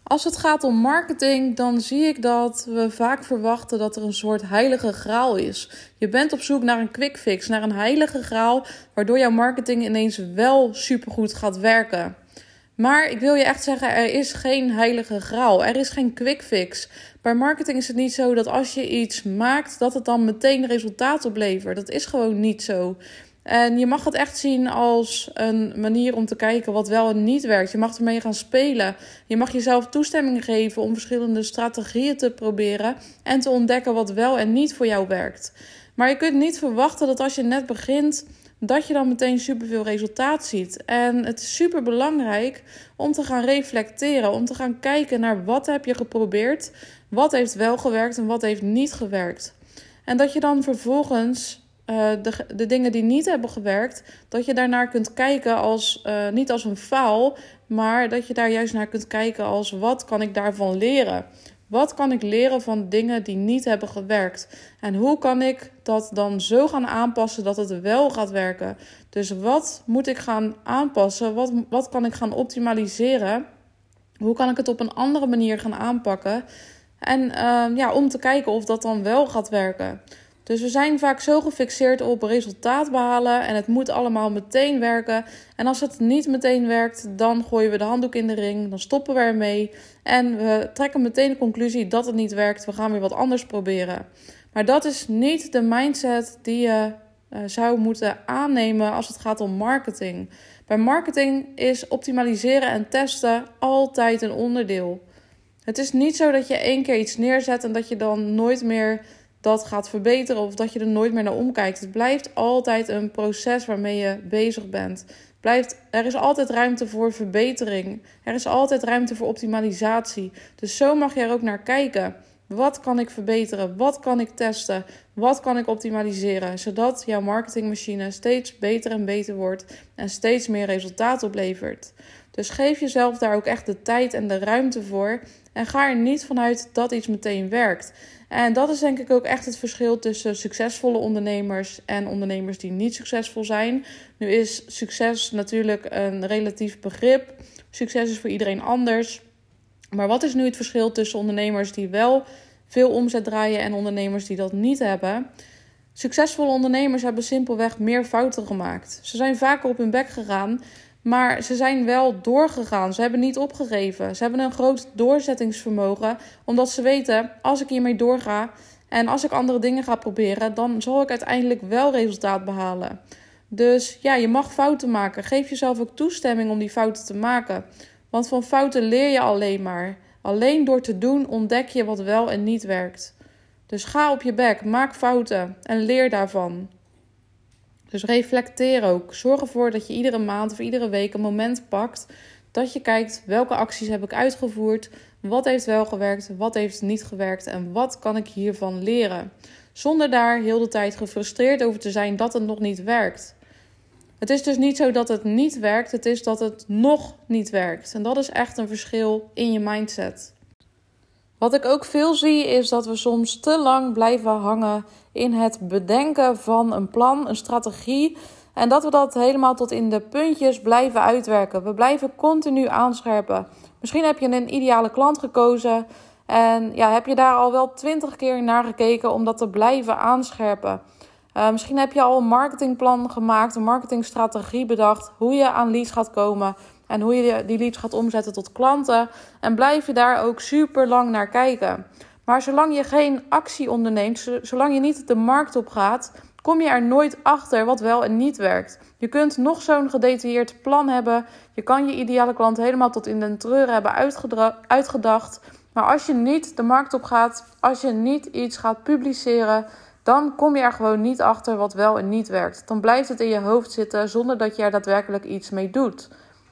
Als het gaat om marketing, dan zie ik dat we vaak verwachten dat er een soort heilige graal is. Je bent op zoek naar een quick fix, naar een heilige graal, waardoor jouw marketing ineens wel supergoed gaat werken. Maar ik wil je echt zeggen, er is geen heilige graal. Er is geen quick fix. Bij marketing is het niet zo dat als je iets maakt, dat het dan meteen resultaat oplevert. Dat is gewoon niet zo. En je mag het echt zien als een manier om te kijken wat wel en niet werkt. Je mag ermee gaan spelen. Je mag jezelf toestemming geven om verschillende strategieën te proberen en te ontdekken wat wel en niet voor jou werkt. Maar je kunt niet verwachten dat als je net begint, dat je dan meteen superveel resultaat ziet. En het is super belangrijk om te gaan reflecteren, om te gaan kijken naar wat heb je geprobeerd, wat heeft wel gewerkt en wat heeft niet gewerkt. En dat je dan vervolgens de dingen die niet hebben gewerkt, dat je daarnaar kunt kijken als niet als een faal, maar dat je daar juist naar kunt kijken als wat kan ik daarvan leren? Wat kan ik leren van dingen die niet hebben gewerkt? En hoe kan ik dat dan zo gaan aanpassen dat het wel gaat werken? Dus wat moet ik gaan aanpassen? Wat kan ik gaan optimaliseren? Hoe kan ik het op een andere manier gaan aanpakken? En om te kijken of dat dan wel gaat werken. Dus we zijn vaak zo gefixeerd op resultaat behalen en het moet allemaal meteen werken. En als het niet meteen werkt, dan gooien we de handdoek in de ring, dan stoppen we ermee. En we trekken meteen de conclusie dat het niet werkt, we gaan weer wat anders proberen. Maar dat is niet de mindset die je zou moeten aannemen als het gaat om marketing. Bij marketing is optimaliseren en testen altijd een onderdeel. Het is niet zo dat je 1 keer iets neerzet en dat je dan nooit meer dat gaat verbeteren of dat je er nooit meer naar omkijkt. Het blijft altijd een proces waarmee je bezig bent. Er is altijd ruimte voor verbetering. Er is altijd ruimte voor optimalisatie. Dus zo mag je er ook naar kijken. Wat kan ik verbeteren? Wat kan ik testen? Wat kan ik optimaliseren? Zodat jouw marketingmachine steeds beter en beter wordt en steeds meer resultaat oplevert. Dus geef jezelf daar ook echt de tijd en de ruimte voor. En ga er niet vanuit dat iets meteen werkt. En dat is denk ik ook echt het verschil tussen succesvolle ondernemers en ondernemers die niet succesvol zijn. Nu is succes natuurlijk een relatief begrip. Succes is voor iedereen anders. Maar wat is nu het verschil tussen ondernemers die wel veel omzet draaien en ondernemers die dat niet hebben? Succesvolle ondernemers hebben simpelweg meer fouten gemaakt. Ze zijn vaker op hun bek gegaan, maar ze zijn wel doorgegaan. Ze hebben niet opgegeven. Ze hebben een groot doorzettingsvermogen, omdat ze weten, als ik hiermee doorga en als ik andere dingen ga proberen, dan zal ik uiteindelijk wel resultaat behalen. Dus ja, je mag fouten maken. Geef jezelf ook toestemming om die fouten te maken. Want van fouten leer je alleen maar. Alleen door te doen ontdek je wat wel en niet werkt. Dus ga op je bek, maak fouten en leer daarvan. Dus reflecteer ook. Zorg ervoor dat je iedere maand of iedere week een moment pakt dat je kijkt welke acties heb ik uitgevoerd, wat heeft wel gewerkt, wat heeft niet gewerkt en wat kan ik hiervan leren. Zonder daar heel de tijd gefrustreerd over te zijn dat het nog niet werkt. Het is dus niet zo dat het niet werkt, het is dat het nog niet werkt. En dat is echt een verschil in je mindset. Wat ik ook veel zie is dat we soms te lang blijven hangen in het bedenken van een plan, een strategie. En dat we dat helemaal tot in de puntjes blijven uitwerken. We blijven continu aanscherpen. Misschien heb je een ideale klant gekozen en heb je daar al wel 20 keer naar gekeken om dat te blijven aanscherpen. Misschien heb je al een marketingplan gemaakt, een marketingstrategie bedacht, hoe je aan leads gaat komen en hoe je die leads gaat omzetten tot klanten. En blijf je daar ook super lang naar kijken. Maar zolang je geen actie onderneemt, zolang je niet de markt op gaat, kom je er nooit achter wat wel en niet werkt. Je kunt nog zo'n gedetailleerd plan hebben. Je kan je ideale klant helemaal tot in den treuren hebben uitgedacht. Maar als je niet de markt op gaat, als je niet iets gaat publiceren, dan kom je er gewoon niet achter wat wel en niet werkt. Dan blijft het in je hoofd zitten zonder dat je er daadwerkelijk iets mee doet.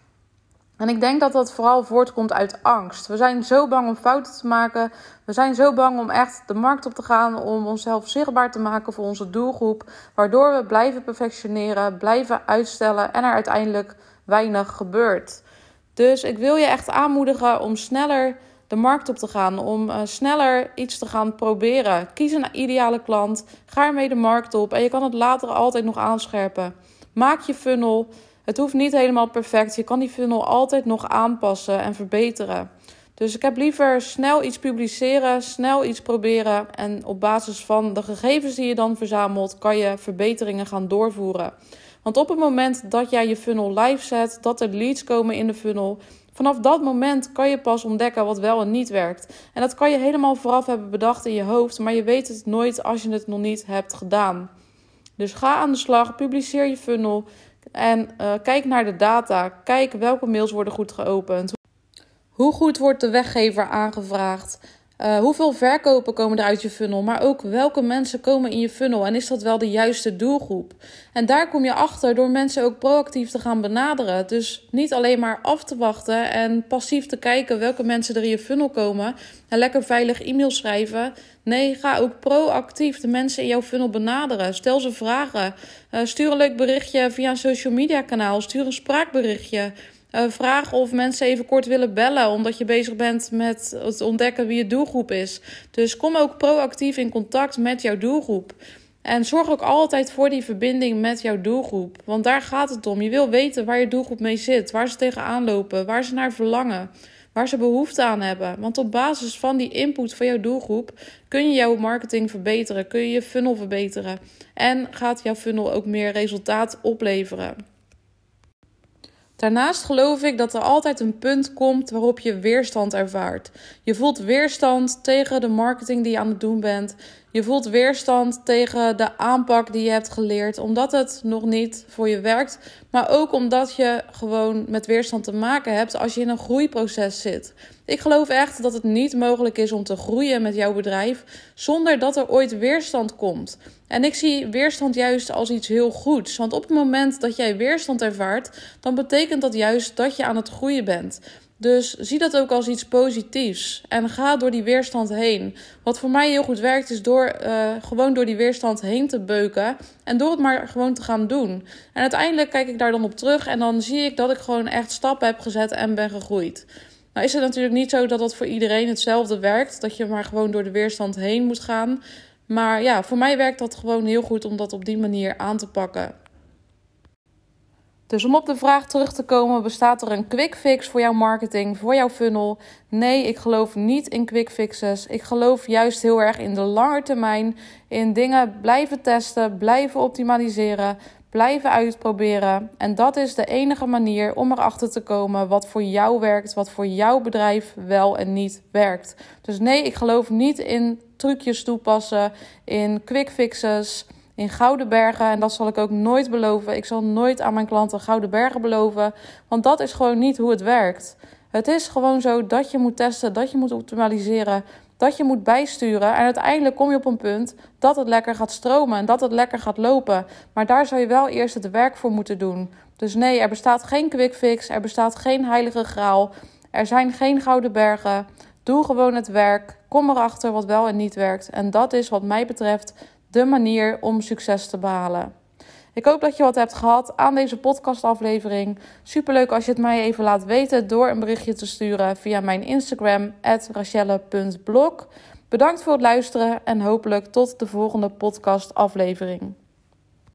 En ik denk dat dat vooral voortkomt uit angst. We zijn zo bang om fouten te maken. We zijn zo bang om echt de markt op te gaan, om onszelf zichtbaar te maken voor onze doelgroep. Waardoor we blijven perfectioneren, blijven uitstellen en er uiteindelijk weinig gebeurt. Dus ik wil je echt aanmoedigen om sneller de markt op te gaan, om sneller iets te gaan proberen. Kies een ideale klant, ga ermee de markt op en je kan het later altijd nog aanscherpen. Maak je funnel. Het hoeft niet helemaal perfect. Je kan die funnel altijd nog aanpassen en verbeteren. Dus ik heb liever snel iets publiceren, snel iets proberen. En op basis van de gegevens die je dan verzamelt, kan je verbeteringen gaan doorvoeren. Want op het moment dat jij je funnel live zet, dat er leads komen in de funnel, vanaf dat moment kan je pas ontdekken wat wel en niet werkt. En dat kan je helemaal vooraf hebben bedacht in je hoofd, maar je weet het nooit als je het nog niet hebt gedaan. Dus ga aan de slag, publiceer je funnel en kijk naar de data. Kijk welke mails worden goed geopend. Hoe goed wordt de weggever aangevraagd? Hoeveel verkopen komen er uit je funnel? Maar ook welke mensen komen in je funnel? En is dat wel de juiste doelgroep? En daar kom je achter door mensen ook proactief te gaan benaderen. Dus niet alleen maar af te wachten en passief te kijken welke mensen er in je funnel komen. En lekker veilig e-mails schrijven. Nee, ga ook proactief de mensen in jouw funnel benaderen. Stel ze vragen. Stuur een leuk berichtje via een social media kanaal. Stuur een spraakberichtje. Vraag of mensen even kort willen bellen, omdat je bezig bent met het ontdekken wie je doelgroep is. Dus kom ook proactief in contact met jouw doelgroep. En zorg ook altijd voor die verbinding met jouw doelgroep. Want daar gaat het om. Je wil weten waar je doelgroep mee zit, waar ze tegenaan lopen, waar ze naar verlangen, waar ze behoefte aan hebben. Want op basis van die input van jouw doelgroep kun je jouw marketing verbeteren, kun je je funnel verbeteren. En gaat jouw funnel ook meer resultaat opleveren. Daarnaast geloof ik dat er altijd een punt komt waarop je weerstand ervaart. Je voelt weerstand tegen de marketing die je aan het doen bent. Je voelt weerstand tegen de aanpak die je hebt geleerd, omdat het nog niet voor je werkt. Maar ook omdat je gewoon met weerstand te maken hebt als je in een groeiproces zit. Ik geloof echt dat het niet mogelijk is om te groeien met jouw bedrijf zonder dat er ooit weerstand komt. En ik zie weerstand juist als iets heel goeds. Want op het moment dat jij weerstand ervaart, dan betekent dat juist dat je aan het groeien bent. Dus zie dat ook als iets positiefs. En ga door die weerstand heen. Wat voor mij heel goed werkt is door gewoon door die weerstand heen te beuken. En door het maar gewoon te gaan doen. En uiteindelijk kijk ik daar dan op terug. En dan zie ik dat ik gewoon echt stappen heb gezet en ben gegroeid. Nou is het natuurlijk niet zo dat dat voor iedereen hetzelfde werkt. Dat je maar gewoon door de weerstand heen moet gaan. Maar ja, voor mij werkt dat gewoon heel goed om dat op die manier aan te pakken. Dus om op de vraag terug te komen, bestaat er een quick fix voor jouw marketing, voor jouw funnel? Nee, ik geloof niet in quick fixes. Ik geloof juist heel erg in de lange termijn, in dingen blijven testen, blijven optimaliseren, blijven uitproberen. En dat is de enige manier om erachter te komen wat voor jou werkt, wat voor jouw bedrijf wel en niet werkt. Dus nee, ik geloof niet in trucjes toepassen, in quick fixes, in gouden bergen. En dat zal ik ook nooit beloven. Ik zal nooit aan mijn klanten gouden bergen beloven. Want dat is gewoon niet hoe het werkt. Het is gewoon zo dat je moet testen, dat je moet optimaliseren, dat je moet bijsturen. En uiteindelijk kom je op een punt dat het lekker gaat stromen en dat het lekker gaat lopen. Maar daar zou je wel eerst het werk voor moeten doen. Dus nee, er bestaat geen quick fix. Er bestaat geen heilige graal. Er zijn geen gouden bergen. Doe gewoon het werk. Kom erachter wat wel en niet werkt. En dat is wat mij betreft de manier om succes te behalen. Ik hoop dat je wat hebt gehad aan deze podcastaflevering. Superleuk als je het mij even laat weten door een berichtje te sturen via mijn Instagram @rachelle.blog. Bedankt voor het luisteren en hopelijk tot de volgende podcastaflevering.